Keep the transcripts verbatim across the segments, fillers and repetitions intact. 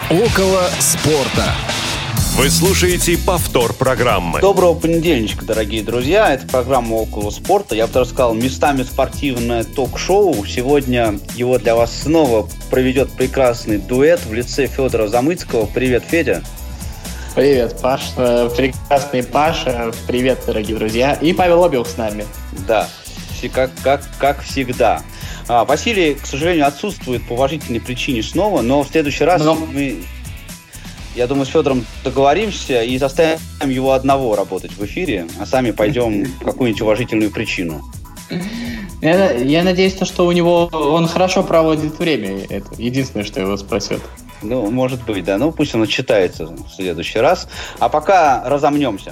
Около спорта. Вы слушаете повтор программы. Доброго понедельничка, дорогие друзья. Это программа «Около спорта». Я бы даже сказал, местами спортивное ток-шоу. Сегодня его для вас снова проведет прекрасный дуэт в лице Федора Замыцкого. Привет, Федя. Привет, Паш. Прекрасный Паша. Привет, дорогие друзья. И Павел Обиух с нами. Да, как, как, как всегда. А, Василий, к сожалению, отсутствует по уважительной причине снова, но в следующий раз но... мы... Я думаю, с Федором договоримся и заставим его одного работать в эфире, а сами пойдем по какую-нибудь уважительную причину. Я, я надеюсь, что у него он хорошо проводит время. Это единственное, что его спасет. Ну, может быть, да. Ну, пусть он отчитается в следующий раз. А пока разомнемся.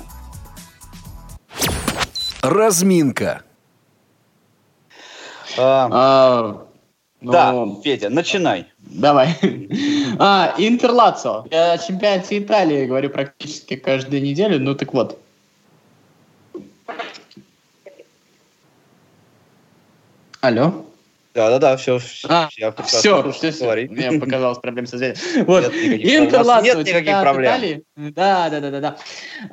Разминка. А... А... Да, ну, Федя, начинай. Давай. А, Интер Лацио. Я о чемпионате Италии говорю практически каждую неделю. Ну так вот. Алло. Да-да-да, все. А, все, все, все, все. Мне показалось проблем со связью. Вот, Интер Лацио, нет никаких проблем. Италии. Да, да, да, да, да.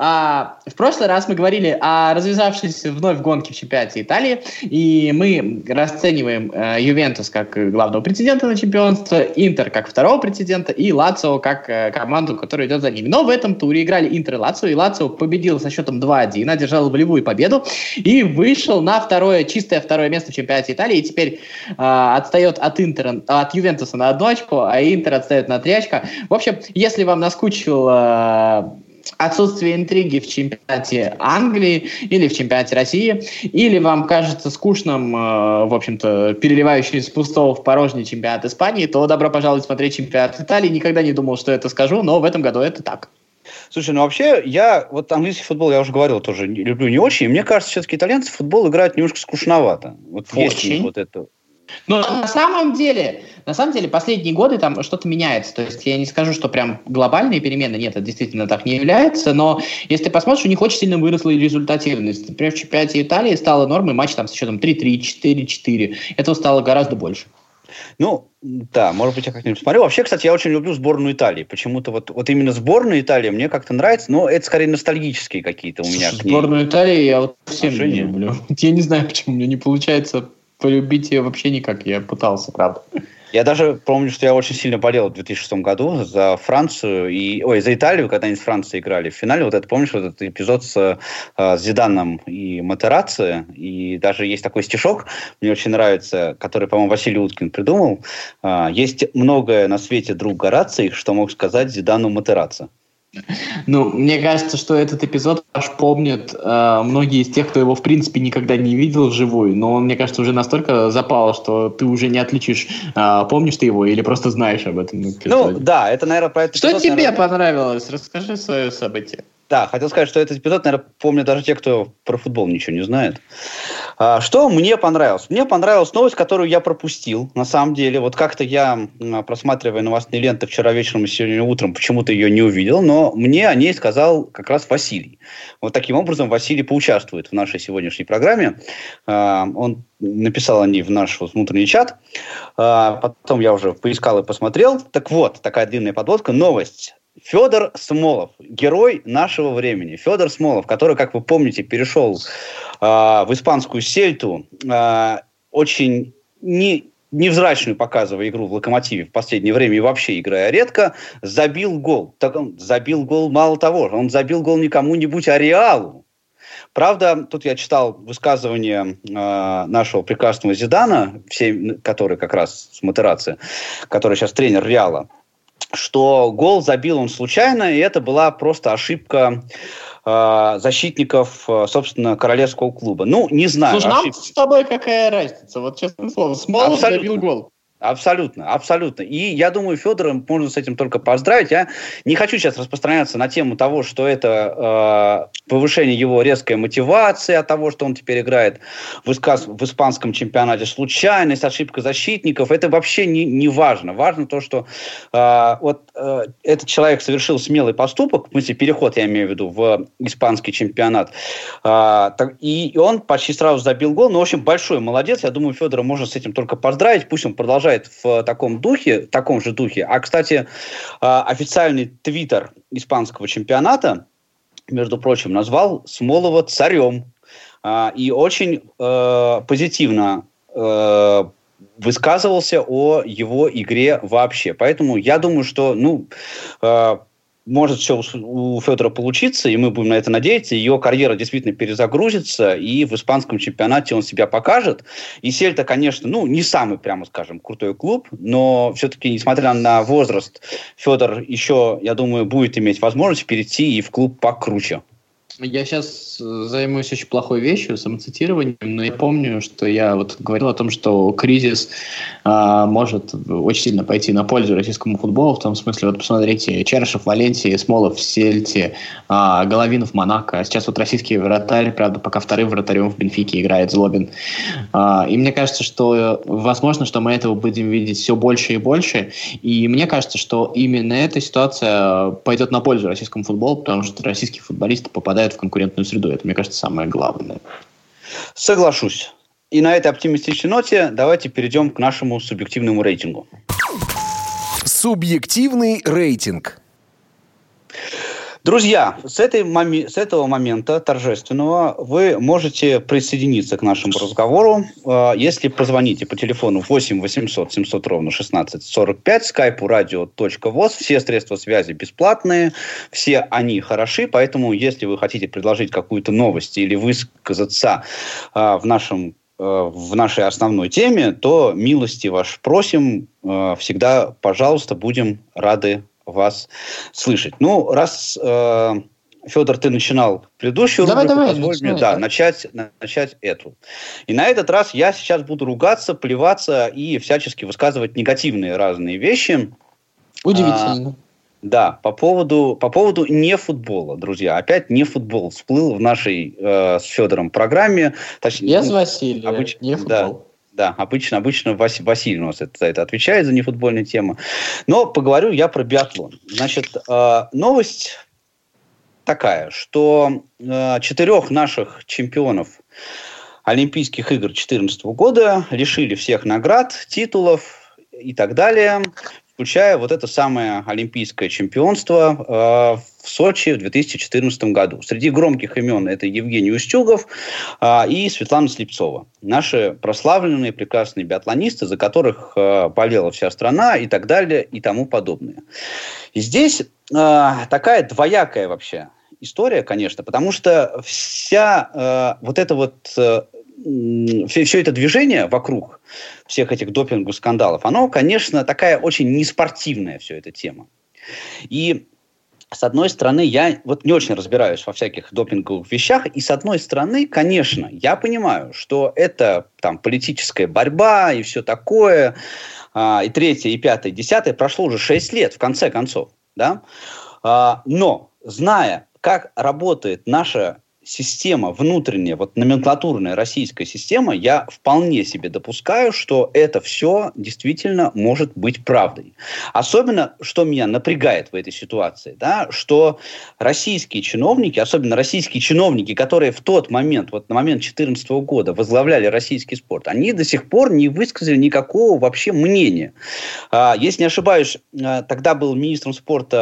А, в прошлый раз мы говорили о развязавшейся вновь гонке в чемпионате Италии, и мы расцениваем э, Ювентус как главного претендента на чемпионство, Интер как второго претендента и Лацио как э, команду, которая идет за ними. Но в этом туре играли Интер и Лацио, и Лацио победил со счетом два один, одержал волевую победу и вышел на второе, чистое второе место в чемпионате Италии, и теперь э, отстает от Интера, от Ювентуса на одну очко, а Интер отстает на три очка. В общем, если вам наскучил э, отсутствие интриги в чемпионате Англии или в чемпионате России, или вам кажется скучным, э, в общем-то, переливающий из пустого в порожний чемпионат Испании, то добро пожаловать смотреть чемпионат Италии. Никогда не думал, что это скажу, но в этом году это так. Слушай, ну вообще, я вот английский футбол, я уже говорил, тоже люблю не очень. И мне кажется, все-таки итальянцы в футбол играют немножко скучновато. Вот есть вот это... Но на самом деле, на самом деле, последние годы там что-то меняется. То есть я не скажу, что прям глобальные перемены, нет, это действительно так не является, но если ты посмотришь, у них очень сильно выросла результативность. Например, в чемпионате Италии стала нормой матч там с счетом три-три, четыре-четыре. Этого стало гораздо больше. Ну, да, может быть, я как-нибудь посмотрю. Вообще, кстати, я очень люблю сборную Италии. Почему-то вот, вот именно сборная Италии мне как-то нравится, но это скорее ностальгические какие-то у меня Слушай, к ней. Сборную Италии я вот совсем не люблю. Я не знаю, почему мне не получается полюбить ее вообще никак. Я пытался, правда. Я даже помню, что я очень сильно болел в две тысячи шестом году за Францию, и, ой, за Италию, когда они с Францией играли в финале. Вот это, помнишь, вот этот эпизод с, с Зиданом и Матерацци, и даже есть такой стишок, мне очень нравится, который, по-моему, Василий Уткин придумал. Есть многое на свете, друг Гораций, что мог сказать Зидану Матерацци. Ну, мне кажется, что этот эпизод аж помнят э, многие из тех, кто его, в принципе, никогда не видел вживую. Но он, мне кажется, уже настолько запал, что ты уже не отличишь, э, помнишь ты его или просто знаешь об этом эпизоде. Ну, да, это, наверное, про этот эпизод. Что тебе наверное... понравилось? Расскажи свое событие. Да, хотел сказать, что этот эпизод, наверное, помнят даже те, кто про футбол ничего не знает. А, что мне понравилось? Мне понравилась новость, которую я пропустил, на самом деле. Вот как-то я, просматривая новостные ленты вчера вечером и сегодня утром, почему-то ее не увидел, но мне о ней сказал как раз Василий. Вот таким образом Василий поучаствует в нашей сегодняшней программе. А, он написал о ней в наш вот внутренний чат. А, потом я уже поискал и посмотрел. Так вот, такая длинная подводка. Новость. Федор Смолов, герой нашего времени. Федор Смолов, который, как вы помните, перешел э, в испанскую Сельту, э, очень не, невзрачную показывая игру в «Локомотиве» в последнее время и вообще играя редко, забил гол. Так он забил гол мало того, он забил гол не кому-нибудь, а Реалу. Правда, тут я читал высказывание э, нашего прекрасного Зидана, все, который как раз с Матерацци, который сейчас тренер Реала, что гол забил он случайно, и это была просто ошибка э, защитников, э, собственно, королевского клуба. Ну, не знаю. Слушай, нам с тобой какая разница? Вот честное слово, Смолов забил гол. Абсолютно, абсолютно. И я думаю, Федора можно с этим только поздравить. Я не хочу сейчас распространяться на тему того, что это э, повышение его резкой мотивации от того, что он теперь играет в, исказ, в испанском чемпионате. Случайность, ошибка защитников. Это вообще не, не важно. Важно то, что э, вот э, этот человек совершил смелый поступок, в смысле переход, я имею в виду, в испанский чемпионат. Э, так, и он почти сразу забил гол. Ну, в общем, большой молодец. Я думаю, Федора можно с этим только поздравить. Пусть он продолжает продолжает в таком духе, в таком же духе. А, кстати, официальный твиттер испанского чемпионата, между прочим, назвал Смолова царем. И очень позитивно высказывался о его игре вообще. Поэтому я думаю, что, ну, э, может все у Федора получиться, и мы будем на это надеяться. Ее карьера действительно перезагрузится, и в испанском чемпионате он себя покажет. И Сельта, конечно, ну, не самый, прямо скажем, крутой клуб, но все-таки, несмотря на возраст, Федор еще, я думаю, будет иметь возможность перейти и в клуб покруче. Я сейчас займусь очень плохой вещью, самоцитированием, но я помню, что я вот говорил о том, что кризис а, может очень сильно пойти на пользу российскому футболу, в том смысле, вот посмотрите, Черышев в Валенсии, Смолов в Сельте, а, Головинов в Монако, а сейчас вот российский вратарь, правда, пока вторым вратарем в Бенфике играет Злобин. А, и мне кажется, что возможно, что мы этого будем видеть все больше и больше, и мне кажется, что именно эта ситуация пойдет на пользу российскому футболу, потому что российские футболисты попадают в конкурентную среду. Это, мне кажется, самое главное. Соглашусь. И на этой оптимистичной ноте давайте перейдем к нашему субъективному рейтингу. Субъективный рейтинг. Друзья, с, этой моми- с этого момента торжественного вы можете присоединиться к нашему разговору, э, если позвоните по телефону восемь восемьсот семьсот ровно шестнадцать сорок пять, скайпу радио.воз. Все средства связи бесплатные, все они хороши, поэтому если вы хотите предложить какую-то новость или высказаться э, в нашем в нашей основной теме, то милости ваш просим, э, всегда, пожалуйста, будем рады вас слышать. Ну, раз, э, Федор, ты начинал предыдущую давай, рубрику, давай, позволь начинай, мне да, да. начать, начать эту. И на этот раз я сейчас буду ругаться, плеваться и всячески высказывать негативные разные вещи. Удивительно. А, да, по поводу, по поводу не футбола, друзья. Опять не футбол всплыл в нашей э, с Федором программе. Точнее, Без ну, Василия, обыч... не футбол. Да. Да, обычно, обычно Вас, Василий у нас это, за это отвечает, за нефутбольную тему. Но поговорю я про биатлон. Значит, э, новость такая, что э, четырех наших чемпионов Олимпийских игр две тысячи четырнадцатого года лишили всех наград, титулов и так далее, включая вот это самое олимпийское чемпионство э, в Сочи в две тысячи четырнадцатом году. Среди громких имен это Евгений Устюгов э, и Светлана Слепцова. Наши прославленные, прекрасные биатлонисты, за которых э, болела вся страна и так далее и тому подобное. И здесь э, такая двоякая вообще история, конечно, потому что вся э, вот эта вот... Э, Все, все это движение вокруг всех этих допинговых скандалов, оно, конечно, такая очень неспортивная все эта тема. И с одной стороны, я вот не очень разбираюсь во всяких допинговых вещах, и с одной стороны, конечно, я понимаю, что это там политическая борьба и все такое, а, и третье, и пятое, и десятое, прошло уже шесть лет, в конце концов, да, а, но зная, как работает наша система внутренняя, вот номенклатурная российская система, я вполне себе допускаю, что это все действительно может быть правдой. Особенно, что меня напрягает в этой ситуации, да, что российские чиновники, особенно российские чиновники, которые в тот момент, вот на момент две тысячи четырнадцатого года возглавляли российский спорт, они до сих пор не высказали никакого вообще мнения. Если не ошибаюсь, тогда был министром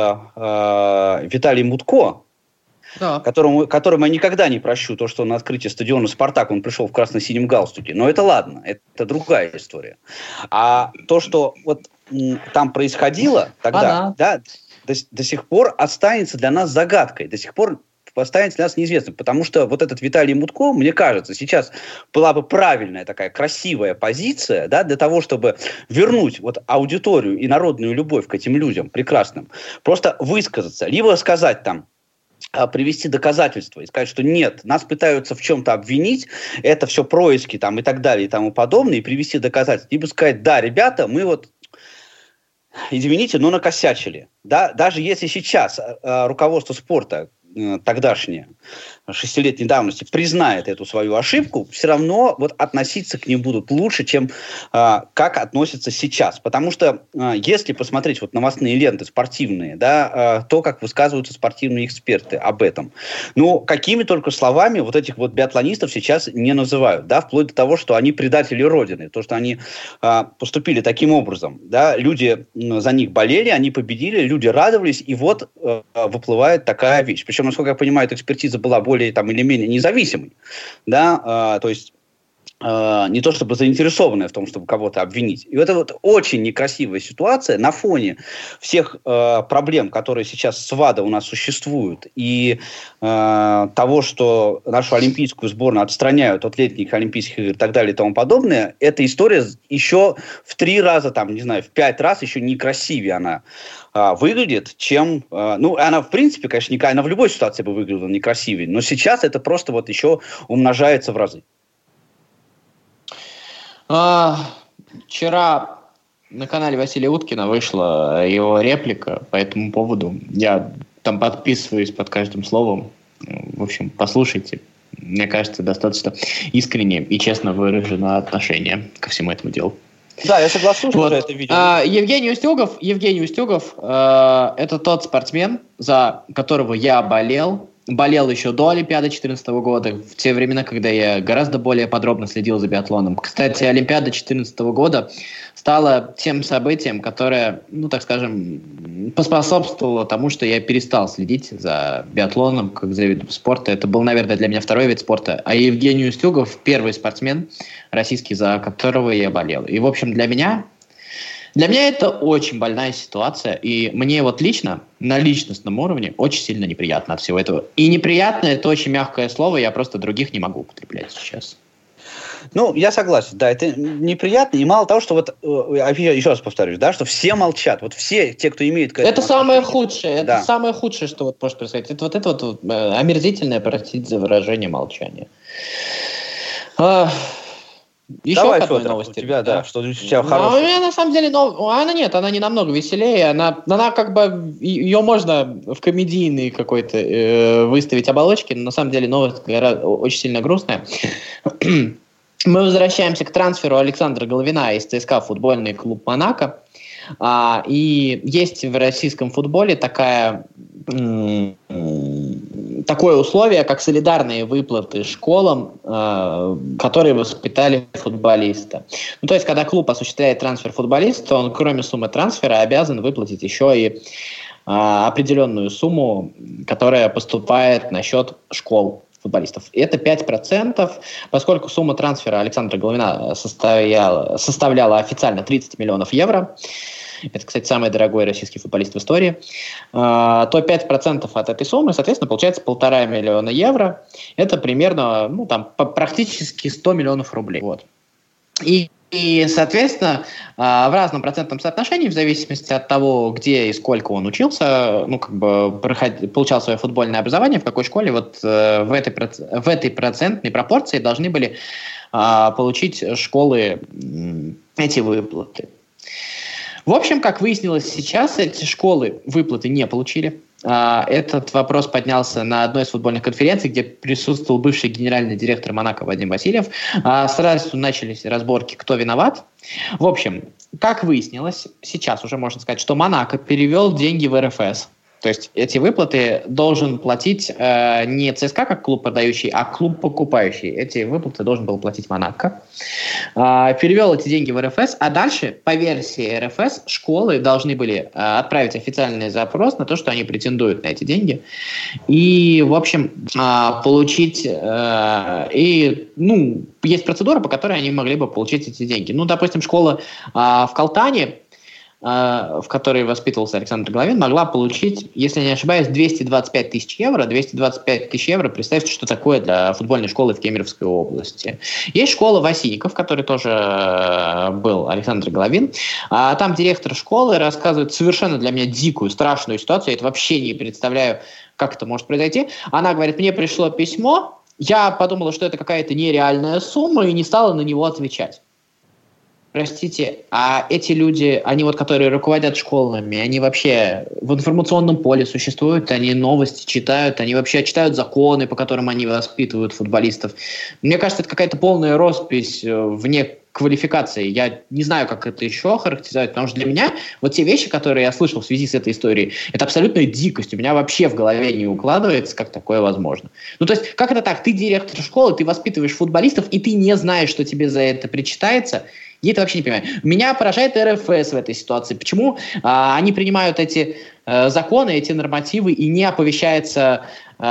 спорта Виталий Мутко, да. Которому, которому я никогда не прощу то, что на открытии стадиона «Спартак» он пришел в красно-синем галстуке. Но это ладно, это другая история. А то, что вот м, там происходило тогда, а, да. Да, до, до сих пор останется для нас загадкой, до сих пор останется для нас неизвестным. Потому что вот этот Виталий Мутко, мне кажется, сейчас была бы правильная такая красивая позиция, да, для того, чтобы вернуть вот аудиторию и народную любовь к этим людям прекрасным. Просто высказаться, либо сказать там, привести доказательства и сказать, что нет, нас пытаются в чем-то обвинить, это все происки там, и так далее и тому подобное, и привести доказательства. Либо сказать, да, ребята, мы вот, извините, но накосячили. Да? Даже если сейчас э, руководство спорта тогдашняя, шестилетней давности, признает эту свою ошибку, все равно вот относиться к ним будут лучше, чем а, как относятся сейчас. Потому что а, если посмотреть вот новостные ленты спортивные, да, а, то, как высказываются спортивные эксперты об этом, ну, какими только словами вот этих вот биатлонистов сейчас не называют, да, вплоть до того, что они предатели Родины, то, что они а, поступили таким образом, да, люди за них болели, они победили, люди радовались, и вот а, выплывает такая вещь. Причем, насколько я понимаю, эта экспертиза была более там, или менее независимой, да, а, то есть а, не то чтобы заинтересованная в том, чтобы кого-то обвинить. И это вот очень некрасивая ситуация на фоне всех а, проблем, которые сейчас с ВАДА у нас существуют, и а, того, что нашу олимпийскую сборную отстраняют от летних олимпийских игр и так далее и тому подобное, эта история еще в три раза, там, не знаю, в пять раз еще некрасивее она а, выглядит, чем... А, ну, она, в принципе, конечно, не, она в любой ситуации бы выглядела некрасивее, но сейчас это просто вот еще умножается в разы. А, вчера на канале Василия Уткина вышла его реплика по этому поводу. Я там подписываюсь под каждым словом. В общем, послушайте. Мне кажется, достаточно искренне и честно выражено отношение ко всему этому делу. Да, я соглашусь, вот. что это видео. А, Евгений Устюгов, Евгений Устюгов э, это тот спортсмен, за которого я болел. Болел еще до Олимпиады две тысячи четырнадцатого года, в те времена, когда я гораздо более подробно следил за биатлоном. Кстати, Олимпиада две тысячи четырнадцатого года стала тем событием, которое, ну, так скажем, поспособствовало тому, что я перестал следить за биатлоном как за видом спорта. Это был, наверное, для меня второй вид спорта. А Евгений Устюгов – первый спортсмен российский, за которого я болел. И, в общем, для меня... Для меня это очень больная ситуация, и мне вот лично, на личностном уровне, очень сильно неприятно от всего этого. И неприятно – это очень мягкое слово, я просто других не могу употреблять сейчас. Ну, я согласен, да, это неприятно, и мало того, что вот, еще раз повторюсь, да, что все молчат, вот все те, кто имеет... К этому это самое худшее, да. это самое худшее, что вот может происходить. Это вот это вот омерзительное, простите за выражение, молчание. Еще Давай, к одной Федор, новости. У тебя, да, да что у тебя ну, хорошее. У меня на самом деле, ну, она нет, она не намного веселее, она, она как бы, ее можно в комедийный какой-то э, выставить оболочки, но на самом деле новость гораздо, очень сильно грустная. Мы возвращаемся к трансферу Александра Головина из ЦСКА в футбольный клуб «Монако». А, и есть в российском футболе такая, м- такое условие, как солидарные выплаты школам, э, которые воспитали футболиста. Ну, то есть, когда клуб осуществляет трансфер футболиста, он кроме суммы трансфера обязан выплатить еще и э, определенную сумму, которая поступает на счет школ футболистов. И это пять процентов, поскольку сумма трансфера Александра Головина составляла, составляла официально тридцать миллионов евро. Это, кстати, самый дорогой российский футболист в истории. То пять процентов от этой суммы, соответственно, получается полтора миллиона евро. Это примерно, ну, там, практически сто миллионов рублей. Вот. И И, соответственно, в разном процентном соотношении, в зависимости от того, где и сколько он учился, ну, как бы проход... получал свое футбольное образование, в какой школе, вот в этой, в этой процентной пропорции должны были а, получить школы эти выплаты. В общем, как выяснилось сейчас, эти школы выплаты не получили. Этот вопрос поднялся на одной из футбольных конференций, где присутствовал бывший генеральный директор «Монако» Вадим Васильев. Сразу начались разборки, кто виноват. В общем, как выяснилось, сейчас уже можно сказать, что «Монако» перевел деньги в эр эф эс. То есть эти выплаты должен платить э, не ЦСКА как клуб продающий, а клуб покупающий. Эти выплаты должен был платить «Монако». Э, перевел эти деньги в эр эф эс, а дальше, по версии эр эф эс, школы должны были э, отправить официальный запрос на то, что они претендуют на эти деньги. И, в общем, э, получить... Э, и, ну, есть процедура, по которой они могли бы получить эти деньги. Ну, допустим, школа э, в Калтане, в которой воспитывался Александр Головин, могла получить, если не ошибаюсь, двести двадцать пять тысяч евро. двести двадцать пять тысяч евро, представьте, что такое для футбольной школы в Кемеровской области. Есть школа Васильников, в которой тоже был Александр Головин. А там директор школы рассказывает совершенно для меня дикую, страшную ситуацию. Я это вообще не представляю, как это может произойти. Она говорит, мне пришло письмо, я подумала, что это какая-то нереальная сумма и не стала на него отвечать. Простите, а эти люди, они вот, которые руководят школами, они вообще в информационном поле существуют, они новости читают, они вообще читают законы, по которым они воспитывают футболистов. Мне кажется, это какая-то полная роспись вне квалификации. Я не знаю, как это еще характеризовать, потому что для меня вот те вещи, которые я слышал в связи с этой историей, это абсолютная дикость. У меня вообще в голове не укладывается, как такое возможно. Ну, то есть, как это так? Ты директор школы, ты воспитываешь футболистов, и ты не знаешь, что тебе за это причитается. Я это вообще не понимаю. Меня поражает эр эф эс в этой ситуации. Почему а, они принимают эти а, законы, эти нормативы, и не оповещаются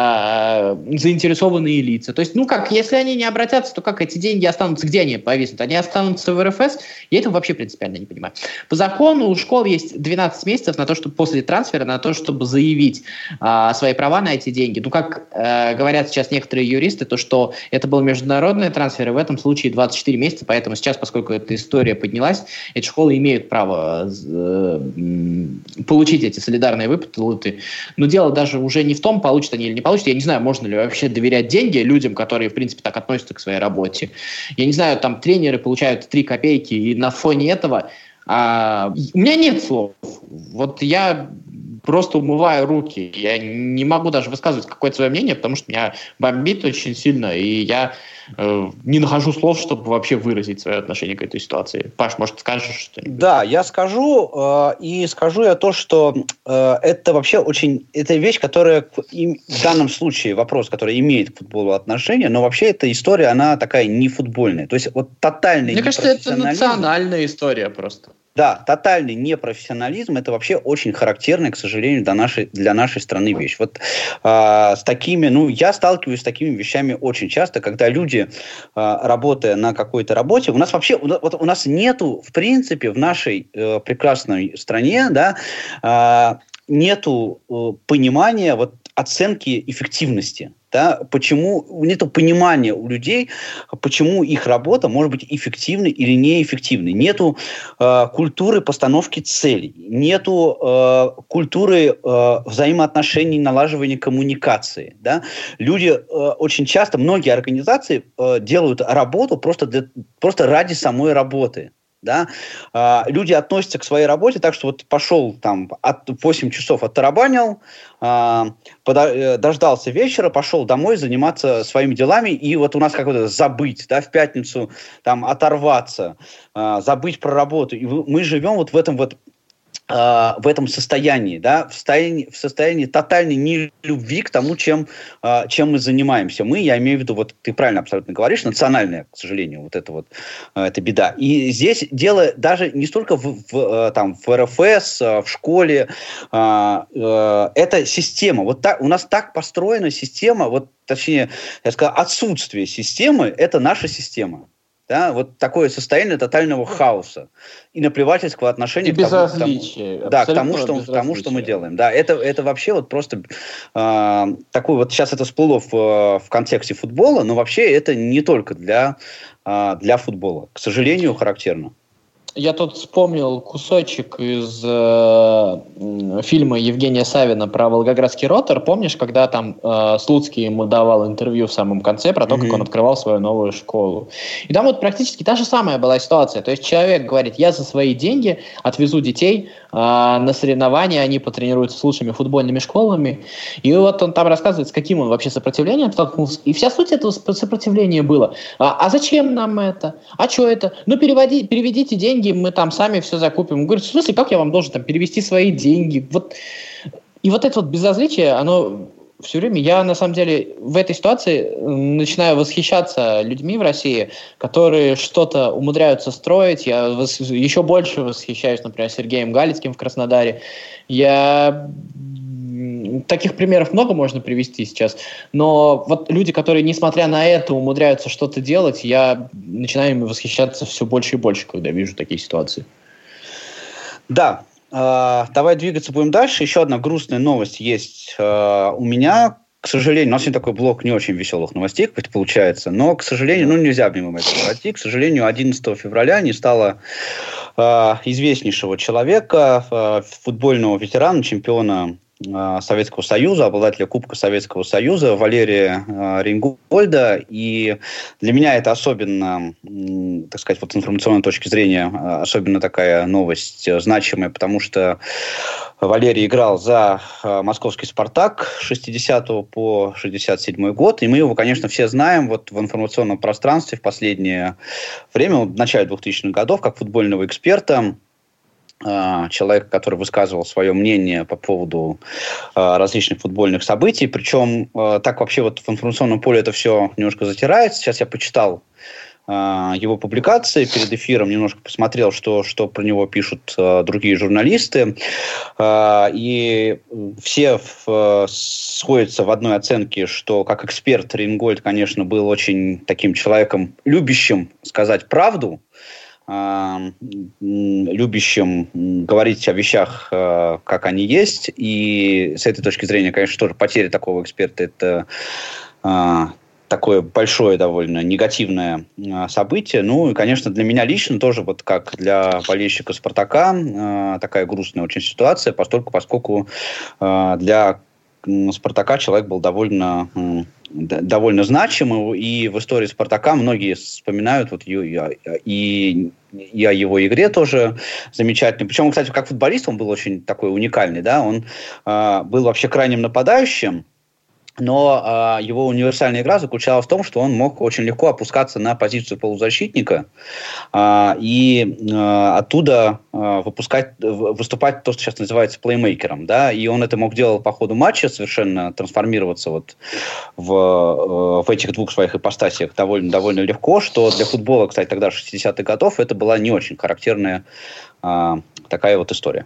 а, заинтересованные лица? То есть, ну как, если они не обратятся, то как эти деньги останутся? Где они повиснут? Они останутся в эр эф эс? Я этого вообще принципиально не понимаю. По закону у школ есть двенадцать месяцев на то, чтобы после трансфера, на то, чтобы заявить а, свои права на эти деньги. Ну, как а, говорят сейчас некоторые юристы, то, что это был международный трансфер, и в этом случае двадцать четыре месяца, поэтому сейчас, поскольку эта история поднялась, эти школы имеют право э, получить эти солидарные выплаты. Но дело даже уже не в том, получат они или не получат. Я не знаю, можно ли вообще доверять деньги людям, которые, в принципе, так относятся к своей работе. Я не знаю, там тренеры получают три копейки, и на фоне этого а, у меня нет слов. Вот я просто умываю руки. Я не могу даже высказывать какое-то свое мнение, потому что меня бомбит очень сильно, и я э, не нахожу слов, чтобы вообще выразить свое отношение к этой ситуации. Паш, может, скажешь что-нибудь? Да, я скажу, э, и скажу я то, что э, это вообще очень... Это вещь, которая им, в данном случае вопрос, который имеет к футболу отношение, но вообще эта история, она такая не футбольная. То есть вот тотальный Мне кажется, это национальная история просто. Да, тотальный непрофессионализм – это вообще очень характерная, к сожалению, для нашей, для нашей страны вещь. Вот э, с такими, ну, я сталкиваюсь с такими вещами очень часто, когда люди, э, работая на какой-то работе, у нас вообще, вот у нас нету, в принципе, в нашей э, прекрасной стране, да, э, нету э, понимания вот оценки эффективности. Да, почему нет понимания у людей, почему их работа может быть эффективной или неэффективной. Нету э, культуры постановки целей, нету э, культуры э, взаимоотношений, налаживания коммуникации. Да? Люди э, очень часто, многие организации э, делают работу просто, для, просто ради самой работы. Да? А, люди относятся к своей работе так, что вот пошел там от восемь часов оттарабанил, а, подо, дождался вечера, пошел домой заниматься своими делами, и вот у нас какое-то забыть, да, в пятницу там оторваться, а, забыть про работу. И мы живем вот в этом вот в этом состоянии, да, в состоянии, в состоянии тотальной нелюбви к тому, чем, чем мы занимаемся. Мы, я имею в виду, вот ты правильно абсолютно говоришь, национальная, к сожалению, вот это вот, это беда. И здесь дело даже не столько в, в, там, в эр эф эс, в школе, это система. Вот так, у нас так построена система, вот, точнее, я сказал, отсутствие системы – это наша система. Да, вот такое состояние тотального хаоса и наплевательского отношения и к тому, безразличия, тому, да, к тому, что, к тому, что мы делаем. Да, это, это вообще вот просто э, такой вот, сейчас это всплыло в, в контексте футбола, но вообще это не только для, э, для футбола. К сожалению, характерно. Я тут вспомнил кусочек из э, фильма Евгения Савина про Волгоградский ротор. Помнишь, когда там э, Слуцкий ему давал интервью в самом конце про то, mm-hmm. как он открывал свою новую школу. И там вот практически та же самая была ситуация. То есть человек говорит, я за свои деньги отвезу детей э, на соревнования, они потренируются с лучшими футбольными школами. И вот он там рассказывает, с каким он вообще сопротивлением столкнулся. И вся суть этого сопротивления была. А, а зачем нам это? А что это? Ну, переводи, переведите деньги, мы там сами все закупим. Он говорит, в смысле, как я вам должен там перевести свои деньги? Вот. И вот это вот безразличие, оно все время, я на самом деле в этой ситуации начинаю восхищаться людьми в России, которые что-то умудряются строить. Я вос... еще больше восхищаюсь, например, Сергеем Галицким в Краснодаре. Я... Таких примеров много можно привести сейчас, но вот люди, которые, несмотря на это, умудряются что-то делать, я начинаю ими восхищаться все больше и больше, когда вижу такие ситуации. Да, э, давай двигаться будем дальше. Еще одна грустная новость есть э, у меня. К сожалению, у нас сегодня такой блок не очень веселых новостей, как получается, но, к сожалению, ну нельзя мимо этого пройти. К сожалению, одиннадцатого февраля не стало э, известнейшего человека, э, футбольного ветерана, чемпиона Советского Союза, обладателя Кубка Советского Союза Валерия Рейнгольда. И для меня это особенно, так сказать, вот с информационной точки зрения, особенно такая новость значимая, потому что Валерий играл за московский «Спартак» с шестидесятого по шестьдесят седьмой год, и мы его, конечно, все знаем вот в информационном пространстве в последнее время, в начале двухтысячных годов, как футбольного эксперта, человека, который высказывал свое мнение по поводу э, различных футбольных событий. Причем э, так вообще вот в информационном поле это все немножко затирается. Сейчас я почитал э, его публикации перед эфиром, немножко посмотрел, что, что про него пишут э, другие журналисты. Э, и все в, сходятся в одной оценке, что как эксперт Рейнгольд, конечно, был очень таким человеком, любящим сказать правду, любящим говорить о вещах, как они есть. И с этой точки зрения, конечно, тоже потеря такого эксперта – это такое большое довольно негативное событие. Ну и, конечно, для меня лично тоже, вот как для болельщика «Спартака», такая грустная очень ситуация, поскольку, поскольку для «Спартака» человек был довольно... довольно значимым, и в истории «Спартака» многие вспоминают вот и, и, и о его игре тоже замечательной. Причем, кстати, как футболист он был очень такой уникальный, да, он э, был вообще крайним нападающим, но э, его универсальная игра заключалась в том, что он мог очень легко опускаться на позицию полузащитника э, и э, оттуда э, выпускать, выступать то, что сейчас называется плеймейкером, да, и он это мог делать по ходу матча, совершенно трансформироваться вот в, э, в этих двух своих ипостасиях довольно, довольно легко, что для футбола, кстати, тогда шестидесятых годов это была не очень характерная э, такая вот история.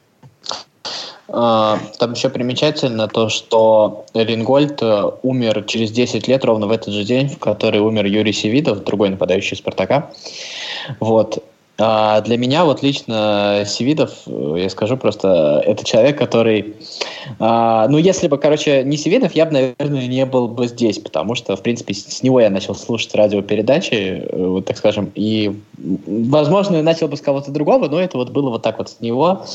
Там еще примечательно то, что Рейнгольд умер через десять лет, ровно в этот же день, в который умер Юрий Севидов, другой нападающий «Спартака». Вот. А для меня вот лично Севидов, я скажу просто, это человек, который... А, ну, если бы, короче, не Севидов, я бы, наверное, не был бы здесь, потому что, в принципе, с него я начал слушать радиопередачи, вот так скажем, и, возможно, я начал бы с кого-то другого, но это вот было вот так вот с него,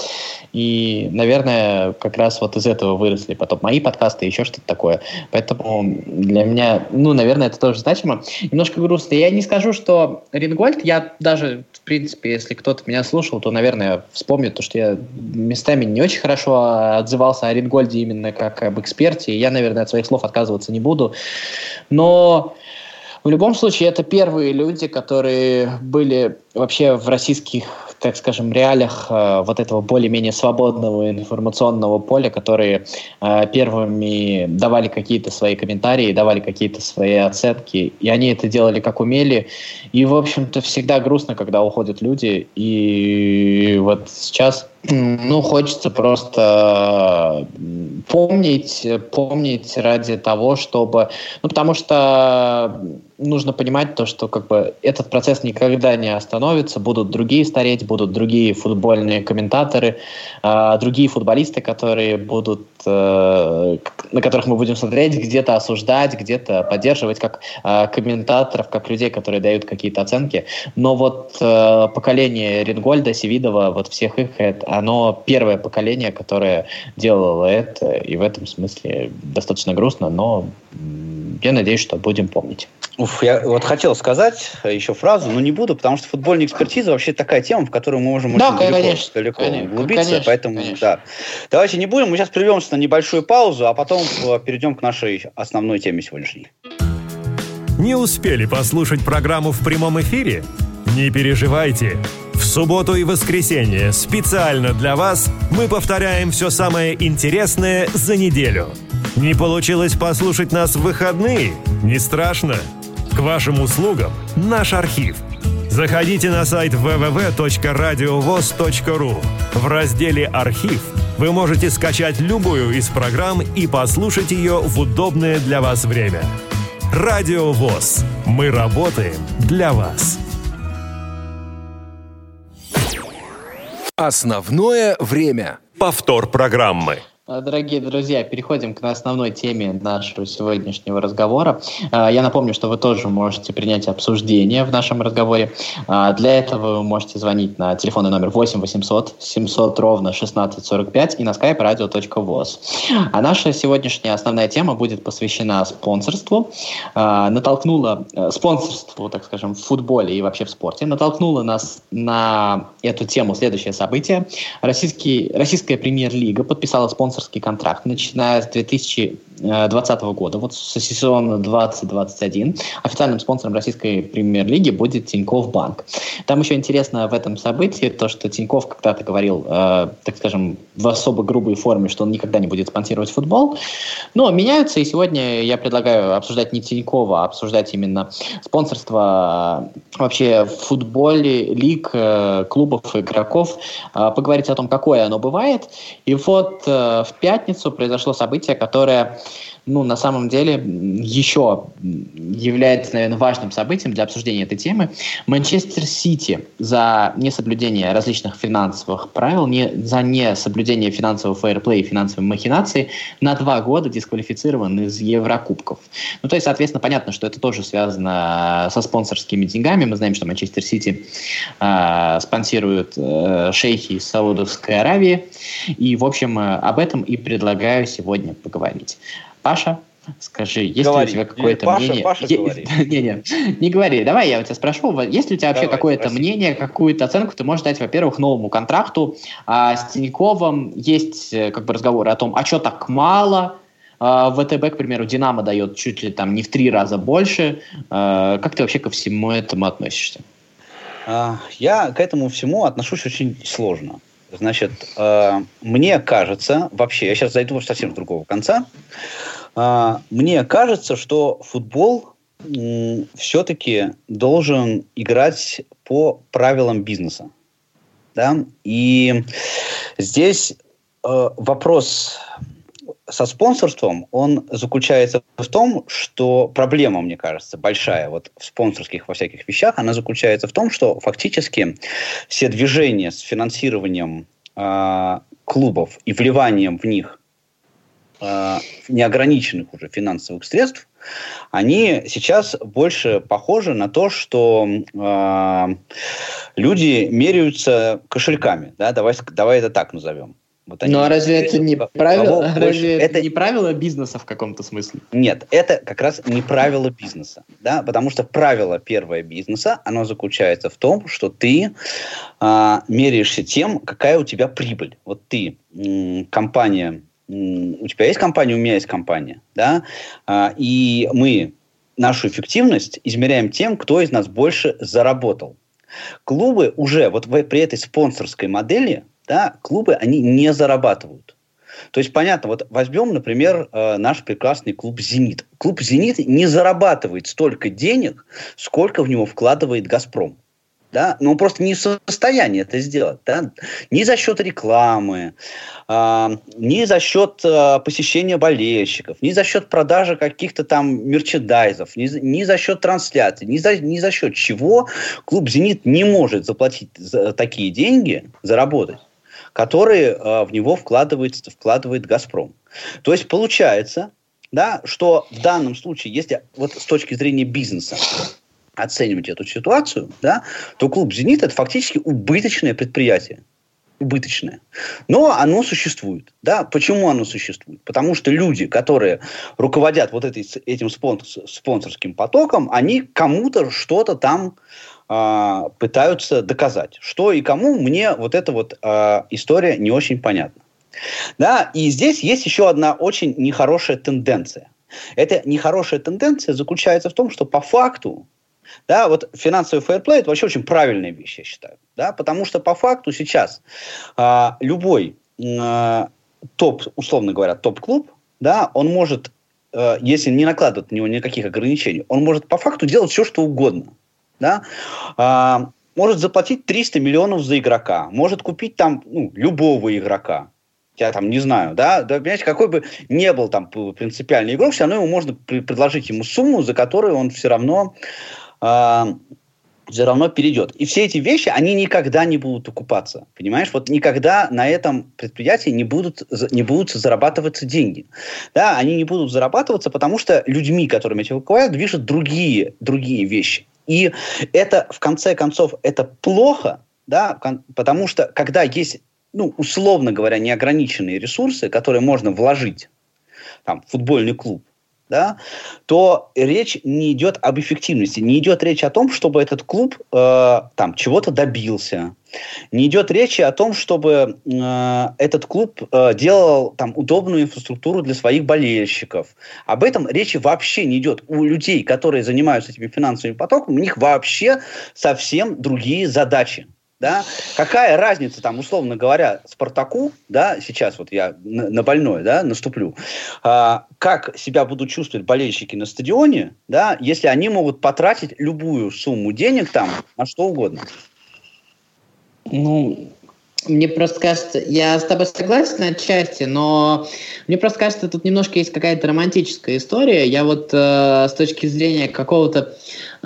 и, наверное, как раз вот из этого выросли потом мои подкасты и еще что-то такое. Поэтому для меня, ну, наверное, это тоже значимо. Немножко грустно. Я не скажу, что Рейнгольд, я даже, в принципе, если кто-то меня слушал, то, наверное, вспомнит то, что я местами не очень хорошо отзывался о Рейнгольде именно как об эксперте. Я, наверное, от своих слов отказываться не буду. Но в любом случае это первые люди, которые были вообще в российских, так скажем, реалиях э, вот этого более-менее свободного информационного поля, которые э, первыми давали какие-то свои комментарии, давали какие-то свои оценки, и они это делали как умели. И, в общем-то, всегда грустно, когда уходят люди, и вот сейчас, ну, хочется просто помнить, помнить ради того, чтобы... Ну, потому что нужно понимать то, что как бы этот процесс никогда не остановится, будут другие стареть, будут другие футбольные комментаторы, э, другие футболисты, которые будут, э, на которых мы будем смотреть, где-то осуждать, где-то поддерживать как э, комментаторов, как людей, которые дают какие-то оценки. Но вот э, поколение Рейнгольда, Севидова, вот всех их, это, оно первое поколение, которое делало это, и в этом смысле достаточно грустно, но я надеюсь, что будем помнить. Уф, я вот хотел сказать еще фразу, но не буду, потому что футбольная экспертиза вообще такая тема, в которую мы можем да, очень конечно, далеко, далеко конечно, углубиться, конечно, поэтому конечно. да. Давайте не будем, мы сейчас прервемся на небольшую паузу, а потом перейдем к нашей основной теме сегодняшней. Не успели послушать программу в прямом эфире? Не переживайте. В субботу и воскресенье специально для вас мы повторяем все самое интересное за неделю. Не получилось послушать нас в выходные? Не страшно. К вашим услугам наш архив. Заходите на сайт дабл ю дабл ю дабл ю точка радиовос точка ру. В разделе «Архив» вы можете скачать любую из программ и послушать ее в удобное для вас время. Радио ВОС. Мы работаем для вас. Основное время. Повтор программы. Дорогие друзья, переходим к основной теме нашего сегодняшнего разговора. Я напомню, что вы тоже можете принять обсуждение в нашем разговоре. Для этого вы можете звонить на телефонный номер восемь восемьсот семьсот ровно шестнадцать сорок пять и на skype radio точка voz. А наша сегодняшняя основная тема будет посвящена спонсорству. Натолкнула спонсорству, так скажем, в футболе и вообще в спорте. Натолкнула нас на эту тему следующее событие. Российский, Российская премьер-лига подписала спонсорский контракт, начиная с две тысячи двадцатого года, вот со сезона двадцать двадцать один. Официальным спонсором российской премьер-лиги будет Тинькофф Банк. Там еще интересно в этом событии то, что Тинькофф когда-то говорил, э, так скажем, в особо грубой форме, что он никогда не будет спонсировать футбол. Но меняются, и сегодня я предлагаю обсуждать не Тинькова, а обсуждать именно спонсорство вообще в футболе, лиг, э, клубов, игроков, э, поговорить о том, какое оно бывает. И вот э, в пятницу произошло событие, которое, ну, на самом деле, еще является, наверное, важным событием для обсуждения этой темы. Манчестер Сити за несоблюдение различных финансовых правил, не, за несоблюдение финансового фейерплея и финансовой махинации на два года дисквалифицирован из Еврокубков. Ну, то есть, соответственно, понятно, что это тоже связано со спонсорскими деньгами. Мы знаем, что Манчестер Сити э, спонсирует э, шейхи из Саудовской Аравии. И, в общем, э, об этом и предлагаю сегодня поговорить. Паша, скажи, есть говори. ли у тебя какое-то Паша, мнение? Паша, е- говори. не, не, не говори. Давай я у тебя спрошу. Есть ли у тебя вообще Давай, какое-то спроси. мнение, какую-то оценку ты можешь дать, во-первых, новому контракту? А с Тиньковым есть э, как бы разговоры о том, а что так мало? А, ВТБ, к примеру, Динамо дает чуть ли там не в три раза больше. А, как ты вообще ко всему этому относишься? Я к этому всему отношусь очень сложно. Значит, э, мне кажется, вообще, я сейчас зайду совсем с другого конца, э, мне кажется, что футбол э, все-таки должен играть по правилам бизнеса. Да? И здесь э, вопрос со спонсорством, он заключается в том, что проблема, мне кажется, большая вот в спонсорских во всяких вещах, она заключается в том, что фактически все движения с финансированием э, клубов и вливанием в них э, неограниченных уже финансовых средств, они сейчас больше похожи на то, что э, люди меряются кошельками. Да? Давай, давай это так назовем. Вот ну а разве это не правило, разве это... это не правило бизнеса в каком-то смысле? Нет, это как раз не правило бизнеса, да, потому что правило первое бизнеса, оно заключается в том, что ты а, меряешься тем, какая у тебя прибыль. Вот ты, м, компания, м, у тебя есть компания, у меня есть компания, да, а, и мы нашу эффективность измеряем тем, кто из нас больше заработал. Клубы уже вот в, при этой спонсорской модели, да, клубы, они не зарабатывают. То есть, понятно, вот возьмем, например, э, наш прекрасный клуб «Зенит». Клуб «Зенит» не зарабатывает столько денег, сколько в него вкладывает «Газпром». Да? Но он просто не в состоянии это сделать. Да? Ни за счет рекламы, э, ни за счет э, посещения болельщиков, ни за счет продажи каких-то там мерчендайзов, ни, ни за счет трансляций, ни за, ни за счет чего клуб «Зенит» не может заплатить за такие деньги, заработать, которые э, в него вкладывает, вкладывает «Газпром». То есть получается, да, что в данном случае, если вот с точки зрения бизнеса оценивать эту ситуацию, да, то клуб «Зенит» – это фактически убыточное предприятие. Убыточное. Но оно существует. Да? Почему оно существует? Потому что люди, которые руководят вот этой, этим спонсор, спонсорским потоком, они кому-то что-то там э, пытаются доказать. Что и кому, мне вот эта вот э, история не очень понятна. Да? И здесь есть еще одна очень нехорошая тенденция. Эта нехорошая тенденция заключается в том, что по факту, да, вот финансовый фейерплей – это вообще очень правильная вещь, я считаю. Да, потому что по факту сейчас э, любой э, топ, условно говоря, топ-клуб, да, он может, э, если не накладывать на него никаких ограничений, он может по факту делать все, что угодно. Да? Э, может заплатить триста миллионов за игрока, может купить там ну, любого игрока. Я там не знаю, да, да, понимаете, какой бы ни был там принципиальный игрок, все равно ему можно при- предложить ему сумму, за которую он все равно э, все равно перейдет. И все эти вещи, они никогда не будут окупаться. Понимаешь? Вот никогда на этом предприятии не будут, не будут зарабатываться деньги. Да, они не будут зарабатываться, потому что людьми, которыми эти руководят, движут другие, другие вещи. И это, в конце концов, это плохо, да, потому что когда есть, ну, условно говоря, неограниченные ресурсы, которые можно вложить, там, в футбольный клуб, да, то речь не идет об эффективности, не идет речь о том, чтобы этот клуб э, там чего-то добился, не идет речи о том, чтобы э, этот клуб э, делал там удобную инфраструктуру для своих болельщиков. Об этом речи вообще не идет. У людей, которые занимаются этими финансовыми потоками, у них вообще совсем другие задачи. Да? Какая разница, там, условно говоря, Спартаку, да, сейчас вот я на, на больное, да, наступлю, а, как себя будут чувствовать болельщики на стадионе, да, если они могут потратить любую сумму денег там на что угодно? Ну, мне просто кажется, я с тобой согласен отчасти, но мне просто кажется, тут немножко есть какая-то романтическая история. Я вот э, с точки зрения какого-то... Э,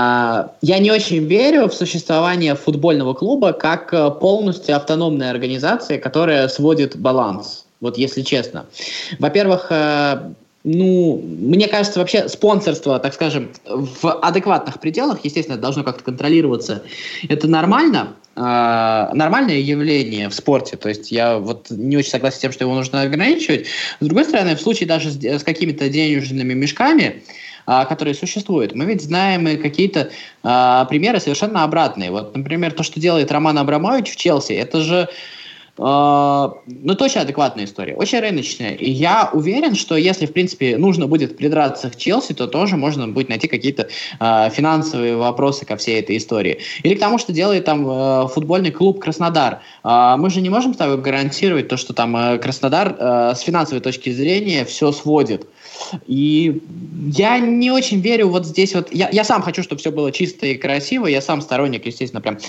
я не очень верю в существование футбольного клуба как полностью автономной организации, которая сводит баланс. Вот если честно. Во-первых... Э, Ну, мне кажется, вообще спонсорство, так скажем, в адекватных пределах, естественно, должно как-то контролироваться. Это нормально, э, нормальное явление в спорте. То есть я вот не очень согласен с тем, что его нужно ограничивать. С другой стороны, в случае даже с, с какими-то денежными мешками, э, которые существуют, мы ведь знаем и какие-то э, примеры совершенно обратные. Вот, например, то, что делает Роман Абрамович в Челси, это же Uh, ну, точно адекватная история, очень рыночная. И я уверен, что если, в принципе, нужно будет придраться к Челси, то тоже можно будет найти какие-то uh, финансовые вопросы ко всей этой истории. Или к тому, что делает там uh, футбольный клуб Краснодар. Uh, мы же не можем с тобой гарантировать то, что там uh, Краснодар uh, с финансовой точки зрения все сводит. И я не очень верю вот здесь вот... Я, я сам хочу, чтобы все было чисто и красиво. Я сам сторонник, естественно, прям...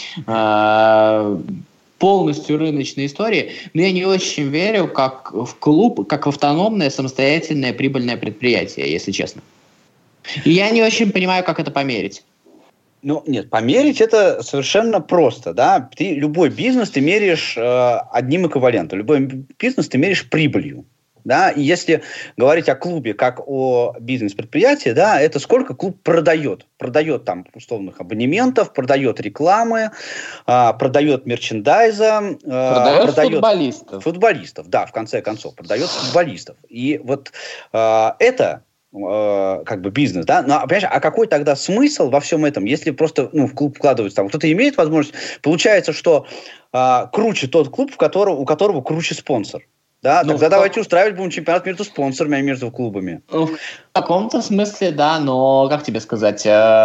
Uh, полностью рыночной истории, но я не очень верю как в клуб, как в автономное, самостоятельное, прибыльное предприятие, если честно. И я не очень понимаю, как это померить. Ну, нет, померить это совершенно просто, да. Ты любой бизнес ты меряешь э, одним эквивалентом. Любой бизнес ты меряешь прибылью. Да, и если говорить о клубе как о бизнес-предприятии, да, это сколько клуб продает. Продает там условных абонементов, продает рекламы, а, продает мерчендайза. А, продает, продает футболистов. Футболистов, да, в конце концов, продает футболистов. И вот а, это а, как бы бизнес, да. Но, понимаешь, а какой тогда смысл во всем этом, если просто ну, в клуб вкладывается там? Кто-то имеет возможность, получается, что а, круче тот клуб, в которого, у которого круче спонсор. Да, ну, тогда как... давайте устраивать будем чемпионат между спонсорами, а между клубами. В каком-то смысле, да, но, как тебе сказать,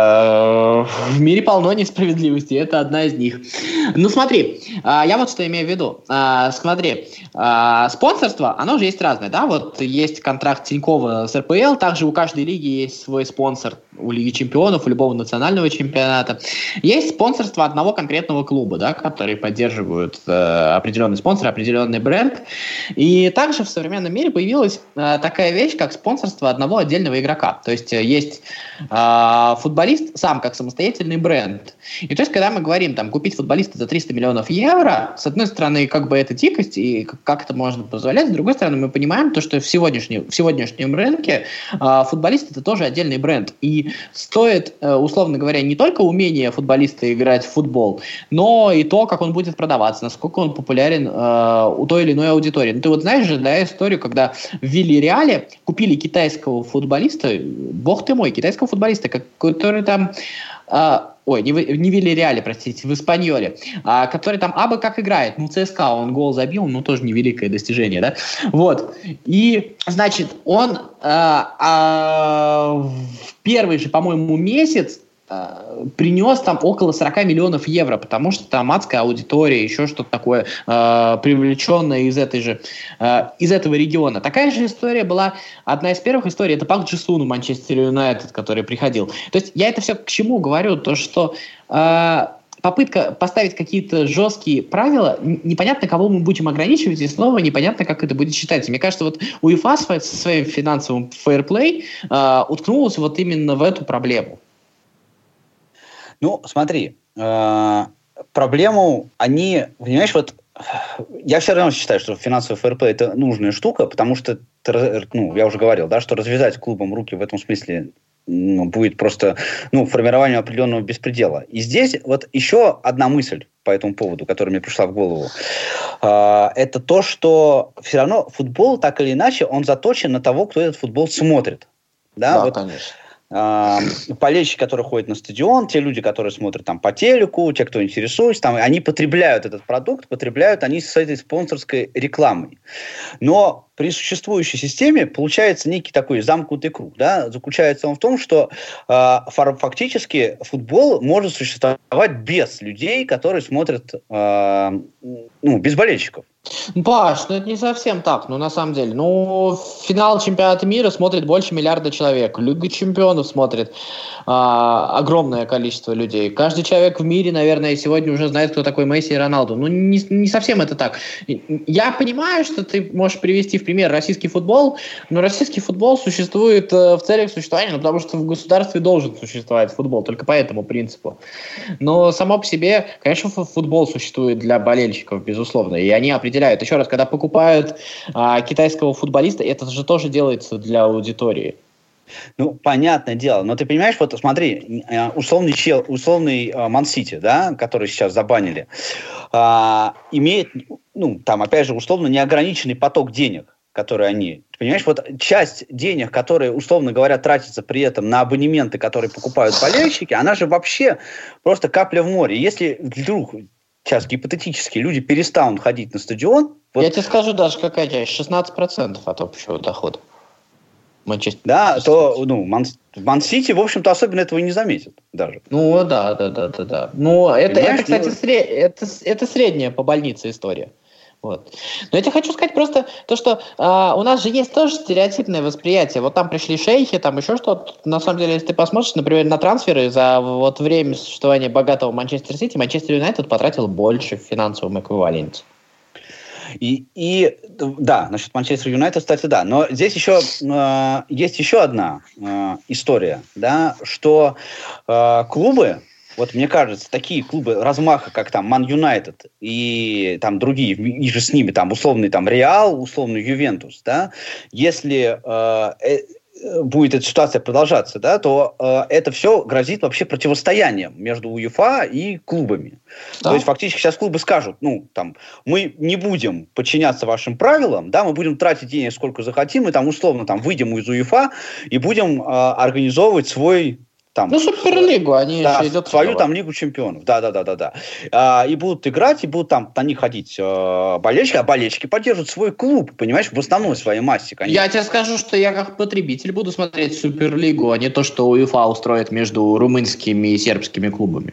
в мире полно несправедливости, это одна из них. Ну, смотри, я вот что имею в виду. Смотри, спонсорство, оно же есть разное, да, вот есть контракт Тинькова с эр пэ эл, также у каждой лиги есть свой спонсор, у Лиги Чемпионов, у любого национального чемпионата. Есть спонсорство одного конкретного клуба, да, который поддерживают определенный спонсор, определенный бренд. И также в современном мире появилась э, такая вещь, как спонсорство одного отдельного игрока. То есть э, есть э, футболист сам как самостоятельный бренд. И то есть, когда мы говорим, там, купить футболиста за триста миллионов евро, с одной стороны, как бы это дикость, и как это можно позволять, с другой стороны, мы понимаем то, что в сегодняшнем, в сегодняшнем рынке э, футболист — это тоже отдельный бренд. И стоит, э, условно говоря, не только умение футболиста играть в футбол, но и то, как он будет продаваться, насколько он популярен э, у той или иной аудитории. Ну, ты вот знаешь же, да, историю, когда в Вильяреале купили китайского футболиста, бог ты мой, китайского футболиста, который там... А, ой, не в, не в Вильяреале, простите, в Испаньоле, а, который там абы как играет. Ну, ЦСКА, он гол забил, ну, тоже невеликое достижение, да? Вот. И, значит, он а, а, в первый же, по-моему, месяц принес там около сорок миллионов евро, потому что там адская аудитория, еще что-то такое, э, привлеченное из этой же, э, из этого региона. Такая же история была, одна из первых историй, это Пак Джи-сун у Манчестер Юнайтед, который приходил. То есть я это все к чему говорю? То, что э, попытка поставить какие-то жесткие правила, непонятно, кого мы будем ограничивать, и снова непонятно, как это будет считаться. Мне кажется, вот УЕФА со своим финансовым фейерплей э, уткнулась вот именно в эту проблему. Ну, смотри, э, проблему они, понимаешь, вот я все равно считаю, что финансовый фэрплей – это нужная штука, потому что, ну, я уже говорил, да, что развязать клубам руки в этом смысле будет просто, ну, формированию определенного беспредела. И здесь вот еще одна мысль по этому поводу, которая мне пришла в голову. Э, это то, что все равно футбол, так или иначе, он заточен на того, кто этот футбол смотрит. Да, да вот, конечно. Э, болельщики, которые ходят на стадион, те люди, которые смотрят там по телеку, те, кто интересуется, там, они потребляют этот продукт, потребляют они с этой спонсорской рекламой. Но при существующей системе получается некий такой замкнутый круг. Да? Заключается он в том, что э, фактически футбол может существовать без людей, которые смотрят, э, ну, без болельщиков. Паш, ну это не совсем так, ну на самом деле. Ну, финал чемпионата мира смотрит больше миллиарда человек. Лига чемпионов смотрит а, огромное количество людей. Каждый человек в мире, наверное, сегодня уже знает, кто такой Месси и Роналду. Ну, не, не совсем это так. Я понимаю, что ты можешь привести в пример российский футбол, но российский футбол существует в целях существования, ну, потому что в государстве должен существовать футбол, только по этому принципу. Но само по себе, конечно, футбол существует для болельщиков, безусловно, и они определяют. Еще раз, когда покупают а, китайского футболиста, это же тоже делается для аудитории. Ну, понятное дело. Но ты понимаешь, вот смотри, условный чел, условный Ман-Сити, да, который сейчас забанили, а, имеет, ну, там, опять же, условно неограниченный поток денег, которые они... Ты понимаешь, вот часть денег, которые, условно говоря, тратятся при этом на абонементы, которые покупают болельщики, она же вообще просто капля в море. Если вдруг... Сейчас гипотетически люди перестанут ходить на стадион. Вот... Я тебе скажу даже, какая часть, шестнадцать процентов от общего дохода. Манчестер. Да, то, ну, Ман... Ман-Сити, в общем-то, особенно этого и не заметит даже. Ну, да, да, да, да, да. Ну, это, это, кстати, сред... это, это средняя по больнице история. Вот. Но я тебе хочу сказать просто то, что а, у нас же есть тоже стереотипное восприятие. Вот там пришли шейхи, там еще что-то. На самом деле, если ты посмотришь, например, на трансферы за вот время существования богатого Манчестер Сити, Манчестер Юнайтед потратил больше в финансовом эквиваленте. И, и да, насчет Манчестер Юнайтед, кстати, да. Но здесь еще э, есть еще одна э, история, да, что э, клубы, вот мне кажется, такие клубы размаха, как там Ман Юнайтед и там другие, и же с ними, там условный там Реал, условный Ювентус, да, если э, э, будет эта ситуация продолжаться, да, то э, это все грозит вообще противостоянием между УЕФА и клубами. Да. То есть фактически сейчас клубы скажут, ну, там, мы не будем подчиняться вашим правилам, да, мы будем тратить денег сколько захотим, мы там условно там выйдем из УЕФА и будем э, организовывать свой там, ну, Суперлигу, они да, еще идут свою там Лигу чемпионов, да-да-да-да-да. А, и будут играть, и будут там на них ходить э, болельщики, а болельщики поддерживают свой клуб, понимаешь, в основной своей массе, конечно. Я тебе скажу, что я как потребитель буду смотреть Суперлигу, а не то, что УЕФА устроит между румынскими и сербскими клубами.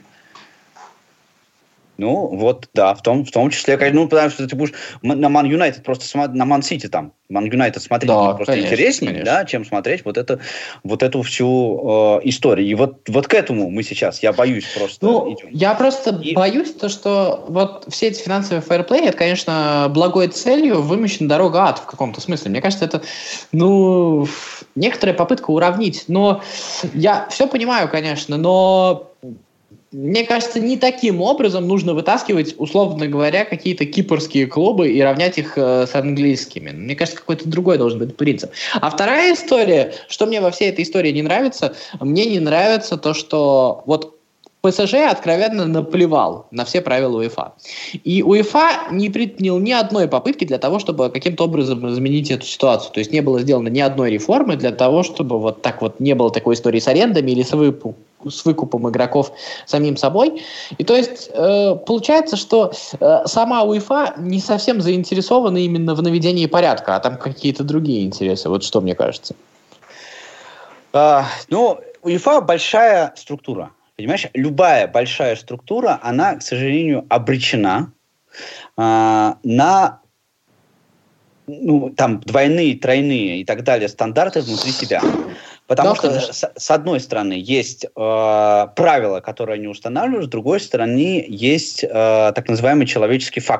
Ну, вот, да, в том, в том числе, ну, потому что ты будешь на Ман Юнайтед просто смотреть, на Ман Сити там, Ман Юнайтед смотреть да, просто конечно, интереснее, конечно. Да, чем смотреть вот, это, вот эту всю э, историю. И вот, вот к этому мы сейчас, я боюсь просто ну, идем. Я просто И... боюсь, то, что вот все эти финансовые фэрплей, это, конечно, благой целью вымощена дорога ад в каком-то смысле. Мне кажется, это, ну, некоторая попытка уравнить. Но я все понимаю, конечно, но... Мне кажется, не таким образом нужно вытаскивать, условно говоря, какие-то кипрские клубы и равнять их э, с английскими. Мне кажется, какой-то другой должен быть принцип. А вторая история, что мне во всей этой истории не нравится, мне не нравится то, что вот ПСЖ откровенно наплевал на все правила УЕФА. И УЕФА не предпринял ни одной попытки для того, чтобы каким-то образом изменить эту ситуацию. То есть не было сделано ни одной реформы для того, чтобы вот так вот не было такой истории с арендами или с выкупом. с выкупом игроков самим собой. И то есть э, получается, что э, сама УЕФА не совсем заинтересована именно в наведении порядка, а там какие-то другие интересы. Вот что мне кажется. А, ну, УЕФА большая структура. Понимаешь, любая большая структура, она, к сожалению, обречена э, на ну, там, двойные, тройные и так далее стандарты внутри себя. Потому да, что, с, с одной стороны, есть э, правила, которые они устанавливают, с другой стороны, есть э, так называемый человеческий фактор.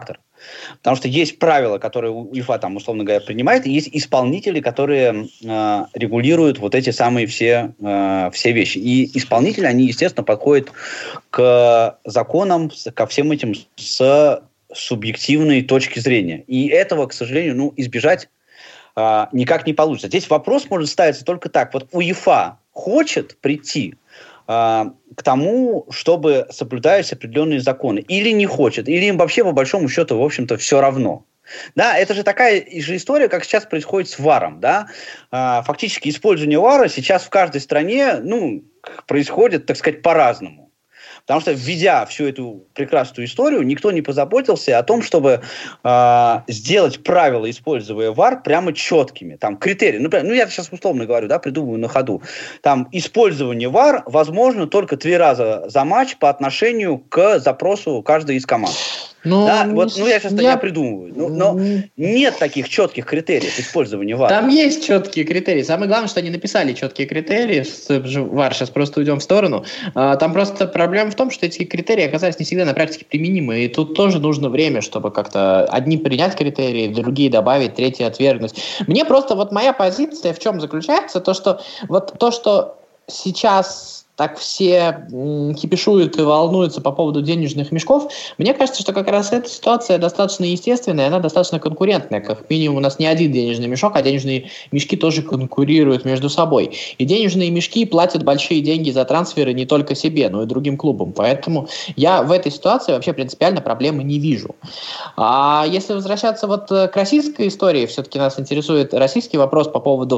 Потому что есть правила, которые УЕФА, там, условно говоря, принимает, и есть исполнители, которые э, регулируют вот эти самые все, э, все вещи. И исполнители, они, естественно, подходят к законам, ко всем этим с субъективной точки зрения. И этого, к сожалению, ну, избежать э, никак не получится. Здесь вопрос может ставиться только так. Вот УЕФА хочет прийти э, к тому, чтобы соблюдались определенные законы. Или не хочет, или им вообще, по большому счету, в общем-то, все равно. Да, это же такая же история, как сейчас происходит с варом. Да? Э, фактически использование вара сейчас в каждой стране, ну, происходит, так сказать, по-разному. Потому что, введя всю эту прекрасную историю, никто не позаботился о том, чтобы э, сделать правила использования вар прямо четкими. Там критерии. Например, ну, я сейчас условно говорю, да, придумываю на ходу. Там использование вар возможно только три раза за матч по отношению к запросу каждой из команд. Ну, да, вот, ну, я сейчас я... я придумываю. Ну, но нет таких четких критериев использования вар. Там есть четкие критерии. Самое главное, что они написали четкие критерии. вар, сейчас просто уйдем в сторону. Там просто проблема в том, что эти критерии оказались не всегда на практике применимы. И тут тоже нужно время, чтобы как-то одни принять критерии, другие добавить, третьи отвергнуть. Мне просто вот моя позиция в чем заключается? То, что вот то, что сейчас так все м, кипишуют и волнуются по поводу денежных мешков, мне кажется, что как раз эта ситуация достаточно естественная, она достаточно конкурентная. Как минимум у нас не один денежный мешок, а денежные мешки тоже конкурируют между собой. И денежные мешки платят большие деньги за трансферы не только себе, но и другим клубам. Поэтому я в этой ситуации вообще принципиально проблемы не вижу. А если возвращаться вот к российской истории, все-таки нас интересует российский вопрос по поводу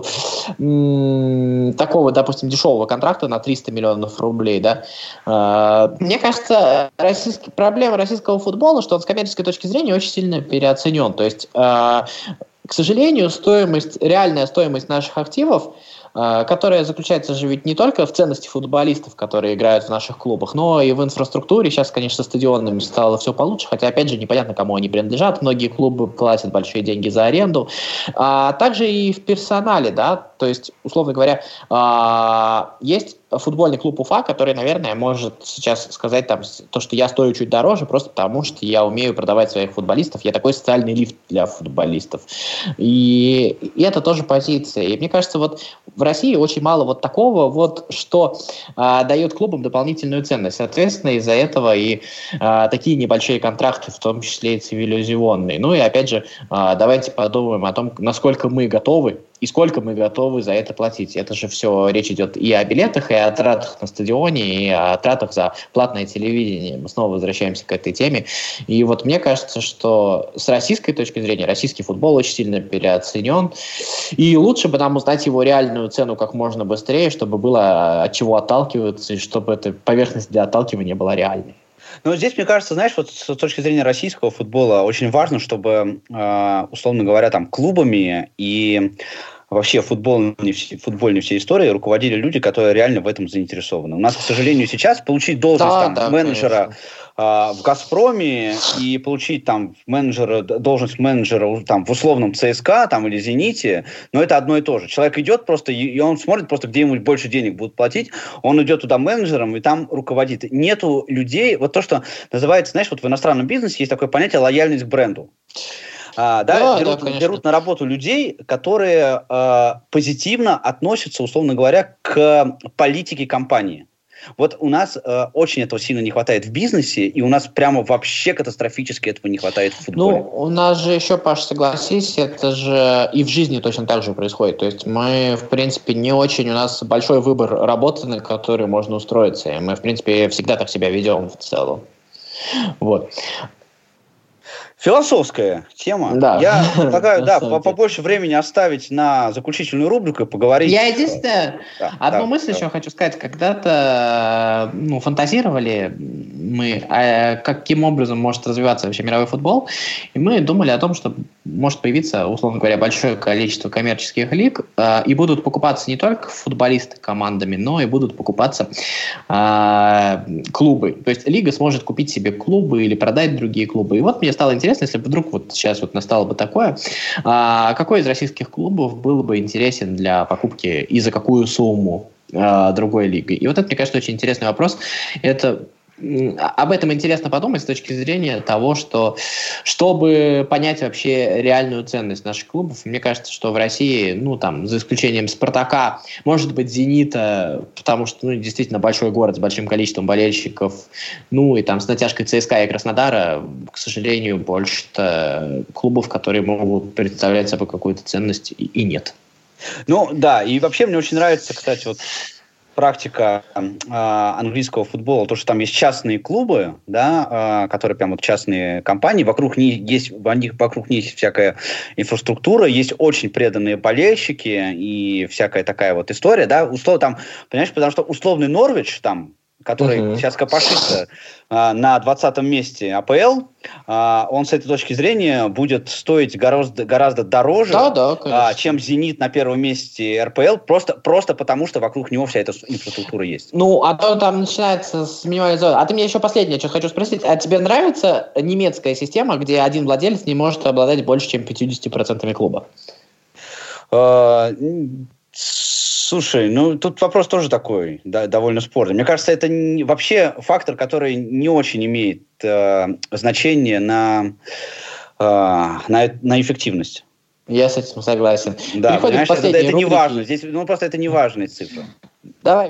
м, такого, допустим, дешевого контракта на триста миллионов рублей, да. Мне кажется, российский, проблема российского футбола, что он с коммерческой точки зрения очень сильно переоценен. То есть, к сожалению, стоимость, реальная стоимость наших активов, которая заключается же ведь не только в ценности футболистов, которые играют в наших клубах, но и в инфраструктуре. Сейчас, конечно, со стадионами стало все получше, хотя, опять же, непонятно, кому они принадлежат. Многие клубы платят большие деньги за аренду. А также и в персонале, да, то есть, условно говоря, есть футбольный клуб Уфа, который, наверное, может сейчас сказать там, то, что я стою чуть дороже, просто потому что я умею продавать своих футболистов, я такой социальный лифт для футболистов. И, и это тоже позиция. И мне кажется, вот в России очень мало вот такого, вот, что а, дает клубам дополнительную ценность. Соответственно, из-за этого и а, такие небольшие контракты, в том числе и цивилизационные. Ну и опять же, а, давайте подумаем о том, насколько мы готовы и сколько мы готовы за это платить. Это же все, речь идет и о билетах, и о тратах на стадионе, и о тратах за платное телевидение. Мы снова возвращаемся к этой теме. И вот мне кажется, что с российской точки зрения российский футбол очень сильно переоценен. И лучше бы нам узнать его реальную цену как можно быстрее, чтобы было от чего отталкиваться, и чтобы эта поверхность для отталкивания была реальной. Ну, здесь, мне кажется, знаешь, вот с точки зрения российского футбола очень важно, чтобы, э, условно говоря, там, клубами и вообще футбольной, футбольной всей истории руководили люди, которые реально в этом заинтересованы. У нас, к сожалению, сейчас получить должность да, там, да, менеджера э, в «Газпроме» и получить там менеджера, должность менеджера там, в условном ЦСКА там, или «Зените», но это одно и то же. Человек идет просто, и он смотрит просто, где ему больше денег будут платить, он идет туда менеджером и там руководит. Нету людей, вот то, что называется, знаешь, вот в иностранном бизнесе есть такое понятие «лояльность к бренду». А, да, да, берут, да, берут на работу людей, которые э, позитивно относятся, условно говоря, к политике компании. Вот у нас э, очень этого сильно не хватает в бизнесе, и у нас прямо вообще катастрофически этого не хватает в футболе. Ну, у нас же еще, Паш, согласись, это же и в жизни точно так же происходит. То есть мы, в принципе, не очень, у нас большой выбор работы, на который можно устроиться, и мы, в принципе, всегда так себя ведем в целом. Вот. Философская тема. Да. Я предлагаю, да, побольше времени оставить на заключительную рубрику и поговорить. Я единственное, да, одну да, мысль да. еще хочу сказать. Когда-то ну, фантазировали мы, а каким образом может развиваться вообще мировой футбол, и мы думали о том, что может появиться, условно говоря, большое количество коммерческих лиг, э, и будут покупаться не только футболисты командами, но и будут покупаться э, клубы. То есть лига сможет купить себе клубы или продать другие клубы. И вот мне стало интересно, если бы вдруг вот сейчас вот настало бы такое, а какой из российских клубов был бы интересен для покупки и за какую сумму а, другой лиги? И вот это, мне кажется, очень интересный вопрос. Это об этом интересно подумать с точки зрения того, что чтобы понять вообще реальную ценность наших клубов, мне кажется, что в России, ну там, за исключением «Спартака», может быть, «Зенита», потому что, ну, действительно большой город с большим количеством болельщиков, ну и там с натяжкой ЦСКА и Краснодара, к сожалению, больше клубов, которые могут представлять собой какую-то ценность, и, и нет. Ну, да, и вообще мне очень нравится, кстати, вот практика э, английского футбола, то, что там есть частные клубы, да, э, которые прям вот частные компании, вокруг них есть, вокруг них есть всякая инфраструктура, есть очень преданные болельщики и всякая такая вот история, да, условно там, понимаешь, потому что условный Норвич там, который uh-huh. сейчас копошится а, на двадцатом месте АПЛ, а, он с этой точки зрения будет стоить гораздо, гораздо дороже, да, да, а, чем «Зенит» на первом месте РПЛ, просто, просто потому, что вокруг него вся эта инфраструктура есть. Ну, а то там начинается с минимальной зоны. А ты мне еще последнее, что хочу спросить. А тебе нравится немецкая система, где один владелец не может обладать больше, чем пятьдесят процентов клуба? А, Слушай, ну тут вопрос тоже такой, да, довольно спорный. Мне кажется, это не, вообще фактор, который не очень имеет э, значение на, э, на, на эффективность. Я с этим согласен. Да, понимаешь, это, это не важно. Здесь, ну, просто это не важная цифра. Давай.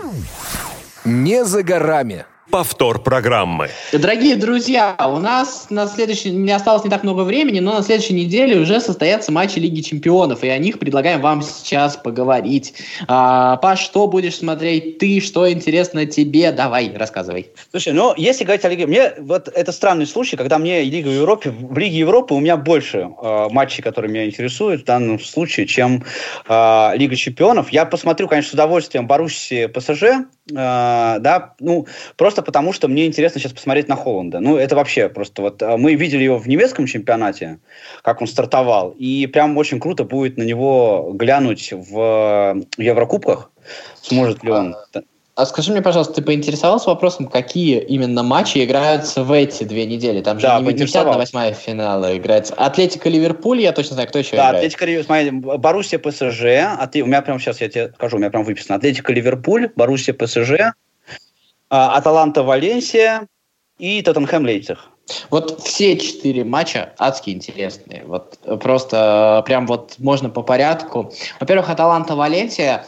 Не за горами. Повтор программы. Дорогие друзья, у нас на следующей... Не осталось не так много времени, но на следующей неделе уже состоятся матчи Лиги Чемпионов, и о них предлагаем вам сейчас поговорить. А, Паш, что будешь смотреть ты? Что интересно тебе? Давай, рассказывай. Слушай, ну, если говорить о Лиге... Мне вот это странный случай, когда мне Лига Европы... В Лиге Европы у меня больше э, матчей, которые меня интересуют в данном случае, чем э, Лига Чемпионов. Я посмотрю, конечно, с удовольствием Боруссия ПСЖ, э, да, ну, просто потому, что мне интересно сейчас посмотреть на Холланда. Ну, это вообще просто вот... Мы видели его в немецком чемпионате, как он стартовал, и прям очень круто будет на него глянуть в Еврокубках. Сможет ли он... А скажи мне, пожалуйста, ты поинтересовался вопросом, какие именно матчи играются в эти две недели? Там же да, не десятая, восьмая финала играется. Атлетико, Ливерпуль, я точно знаю, кто еще да, играет. Атлетико, смотри, Боруссия, ПСЖ. А ты, у меня прямо сейчас, я тебе скажу, у меня прям выписано. Атлетико, Ливерпуль, Боруссия, ПСЖ, Аталанта, Валенсия и Тоттенхэм, Лейпциг. Вот все четыре матча адски интересные. Вот просто прям вот можно по порядку. Во-первых, Аталанта, Валенсия.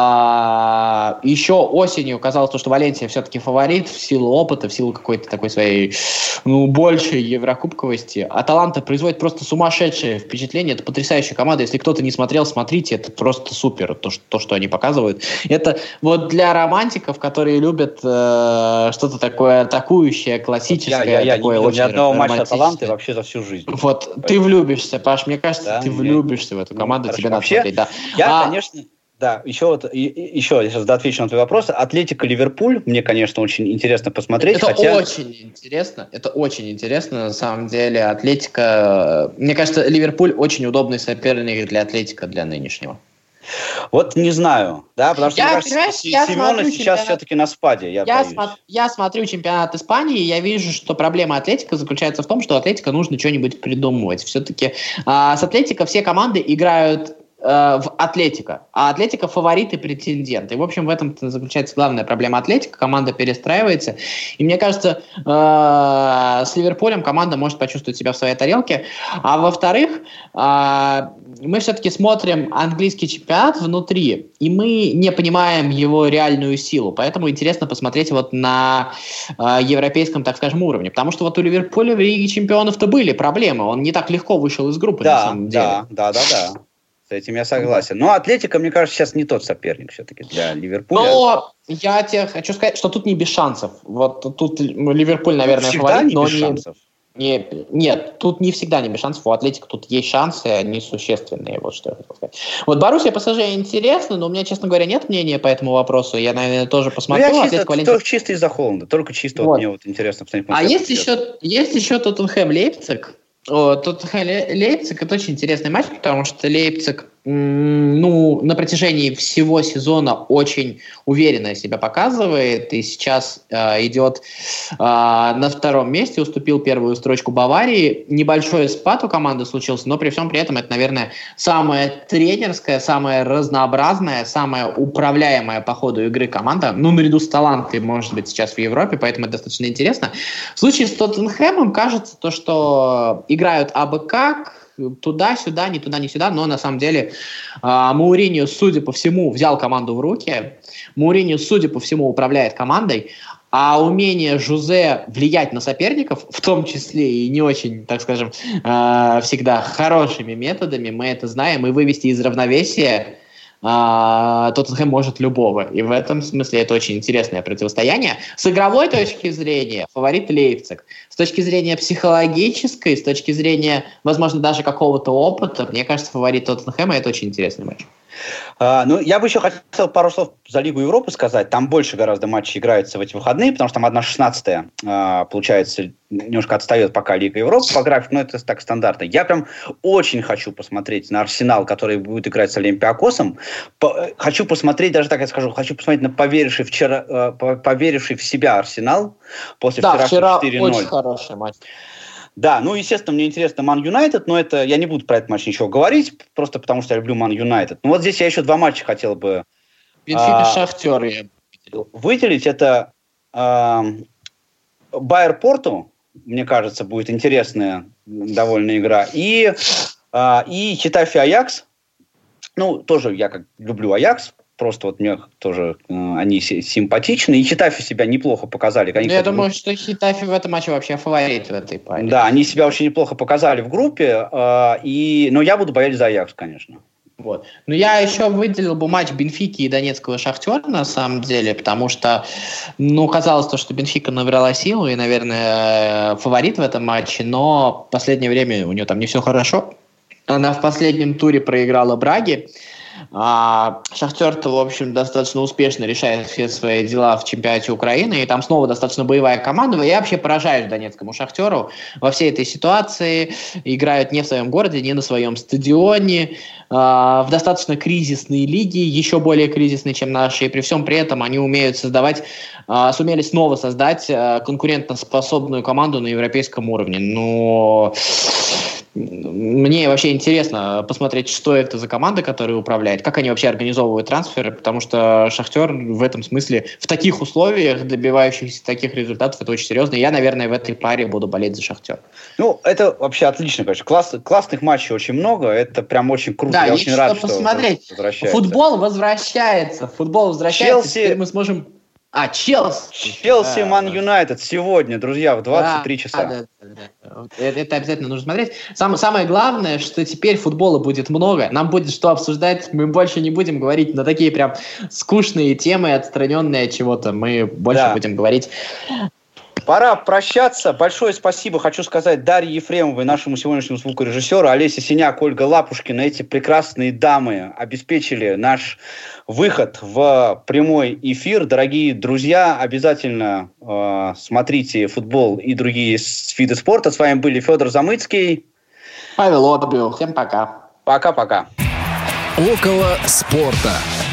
А, еще осенью казалось, что Валенсия все-таки фаворит в силу опыта, в силу какой-то такой своей, ну, большей еврокубковости. Аталанта производит просто сумасшедшее впечатление. Это потрясающая команда. Если кто-то не смотрел, смотрите. Это просто супер, то, что, то, что они показывают. Это вот для романтиков, которые любят э, что-то такое атакующее, классическое. Я, я, такое, я не видел ни одного матча Аталанты вообще за всю жизнь. Вот, Поэтому. Ты влюбишься, Паш. Мне кажется, да, ты влюбишься я... в эту команду. Ну, тебе надо вообще, смотреть. Да. Я, а... конечно... Да, еще вот, и, еще, я сейчас отвечу на твой вопрос. Атлетико, Ливерпуль, мне, конечно, очень интересно посмотреть. Это хотя... очень интересно, это очень интересно, на самом деле. Атлетико, мне кажется, Ливерпуль очень удобный соперник для Атлетико, для нынешнего. Вот не знаю, да, потому что, я, мне кажется, Симеоне сейчас чемпионат... все-таки на спаде, я, я, смо... я смотрю чемпионат Испании, и я вижу, что проблема Атлетико заключается в том, что Атлетико нужно что-нибудь придумывать. Все-таки а, с Атлетико все команды играют в Атлетико, а Атлетико фаворит и претендент. И, в общем, в этом заключается главная проблема Атлетико. Команда перестраивается. И мне кажется, э, с Ливерпулем команда может почувствовать себя в своей тарелке. А во-вторых, э, мы все-таки смотрим английский чемпионат внутри, и мы не понимаем его реальную силу. Поэтому интересно посмотреть вот на э, европейском, так скажем, уровне. Потому что вот у Ливерпуля в Лиге чемпионов-то были проблемы. Он не так легко вышел из группы, да, на самом деле. Да, да, да, да. С этим я согласен. Но Атлетико, мне кажется, сейчас не тот соперник все-таки для Ливерпуля. Но я тебе хочу сказать, что тут не без шансов. Вот тут Ливерпуль, наверное, всегда фаворит, не но без не, шансов. не... Нет, тут не всегда не без шансов. У Атлетико тут есть шансы, они существенные. Вот что я хотел сказать. Вот Боруссия, ПСЖ интересно, но у меня, честно говоря, нет мнения по этому вопросу. Я, наверное, тоже посмотрю. Ну, я чисто, Атлетико, Валенсия... чисто из-за Холланда. Только чисто вот. Вот мне вот интересно посмотреть. А есть еще, есть еще Тоттенхэм Лейпциг. О, Тоттенхэм Лейпциг — это очень интересный матч, потому что Лейпциг ну, на протяжении всего сезона очень уверенно себя показывает, и сейчас э, идет э, на втором месте, уступил первую строчку Баварии. Небольшой спад у команды случился, но при всем при этом это, наверное, самая тренерская, самая разнообразная, самая управляемая по ходу игры команда, ну, наряду с талантами, может быть, сейчас в Европе, поэтому это достаточно интересно. В случае с Тоттенхэмом кажется то, что играют абы как, туда-сюда, не туда, не сюда, но на самом деле э, Мауриньо, судя по всему, взял команду в руки. Мауриньо, судя по всему, управляет командой, а умение Жозе влиять на соперников, в том числе и не очень, так скажем, э, всегда хорошими методами, мы это знаем, и вывести из равновесия Uh, Тоттенхэм может любого. И в этом смысле это очень интересное противостояние. С игровой точки зрения фаворит Лейпциг. С точки зрения психологической, с точки зрения, возможно, даже какого-то опыта, мне кажется, фаворит Тоттенхэма — это очень интересный матч. А, ну, я бы еще хотел пару слов за Лигу Европы сказать. Там больше гораздо матчей играется в эти выходные, потому что там одна шестнадцатая, а, получается, немножко отстает пока Лига Европы по графику, но это так стандартно. Я прям очень хочу посмотреть на Арсенал, который будет играть с Олимпиакосом. По, хочу посмотреть, даже так я скажу, хочу посмотреть на поверивший, вчера, поверивший в себя Арсенал после да, вчерашнего четыре ноль. Да, вчера очень хороший матч. Да, ну, естественно, мне интересно Ман Юнайтед, но это я не буду про этот матч ничего говорить, просто потому что я люблю Ман Юнайтед. Ну, вот здесь я еще два матча хотел бы Бенфика, а, Шахтер я выделить. Это а, Байер Порту, мне кажется, будет интересная довольно игра. И, а, и Хетафе Аякс. Ну, тоже я как люблю Аякс. Просто вот мне тоже э, они симпатичны. И Хетафе себя неплохо показали. Они, я думаю, что Хетафе в этом матче вообще фаворит в этой паре. Да, они себя очень неплохо показали в группе. Э, и, но я буду болеть за Аякс, конечно. Вот. Но я еще выделил бы матч Бенфики и Донецкого Шахтера, на самом деле, потому что, ну, казалось то, что Бенфика набрала силу и, наверное, фаворит в этом матче, но в последнее время у нее там не все хорошо. Она в последнем туре проиграла Браге. А Шахтер-то, в общем, достаточно успешно решает все свои дела в чемпионате Украины, и там снова достаточно боевая команда. Я вообще поражаюсь Донецкому Шахтеру во всей этой ситуации. Играют не в своем городе, не на своем стадионе, а, в достаточно кризисной лиге, еще более кризисной, чем наши, и при всем при этом они умеют создавать, а, сумели снова создать а, конкурентоспособную команду на европейском уровне. Но мне вообще интересно посмотреть, что это за команда, которая управляет, как они вообще организовывают трансферы, потому что Шахтер в этом смысле, в таких условиях, добивающихся таких результатов, это очень серьезно. И я, наверное, в этой паре буду болеть за Шахтер. Ну, это вообще отлично, конечно. Класс, классных матчей очень много, это прям очень круто. Да, я очень рад, что что посмотреть. Возвращается. Футбол возвращается, футбол возвращается, Челси... теперь мы сможем... А, Челси. Челси, Ман Юнайтед сегодня, друзья, в двадцать три да, часа. Да, да, да. Это, это обязательно нужно смотреть. Сам, самое главное, что теперь футбола будет много. Нам будет что обсуждать. Мы больше не будем говорить на такие прям скучные темы, отстраненные от чего-то. Мы больше да. будем говорить... Пора прощаться. Большое спасибо хочу сказать Дарье Ефремовой, нашему сегодняшнему звукорежиссеру, Олесе Синяк, Ольга Лапушкина. Эти прекрасные дамы обеспечили наш выход в прямой эфир. Дорогие друзья, обязательно э, смотрите футбол и другие виды спорта. С вами были Федор Замыцкий. Павел Отбил. Всем пока. Пока-пока. Около спорта.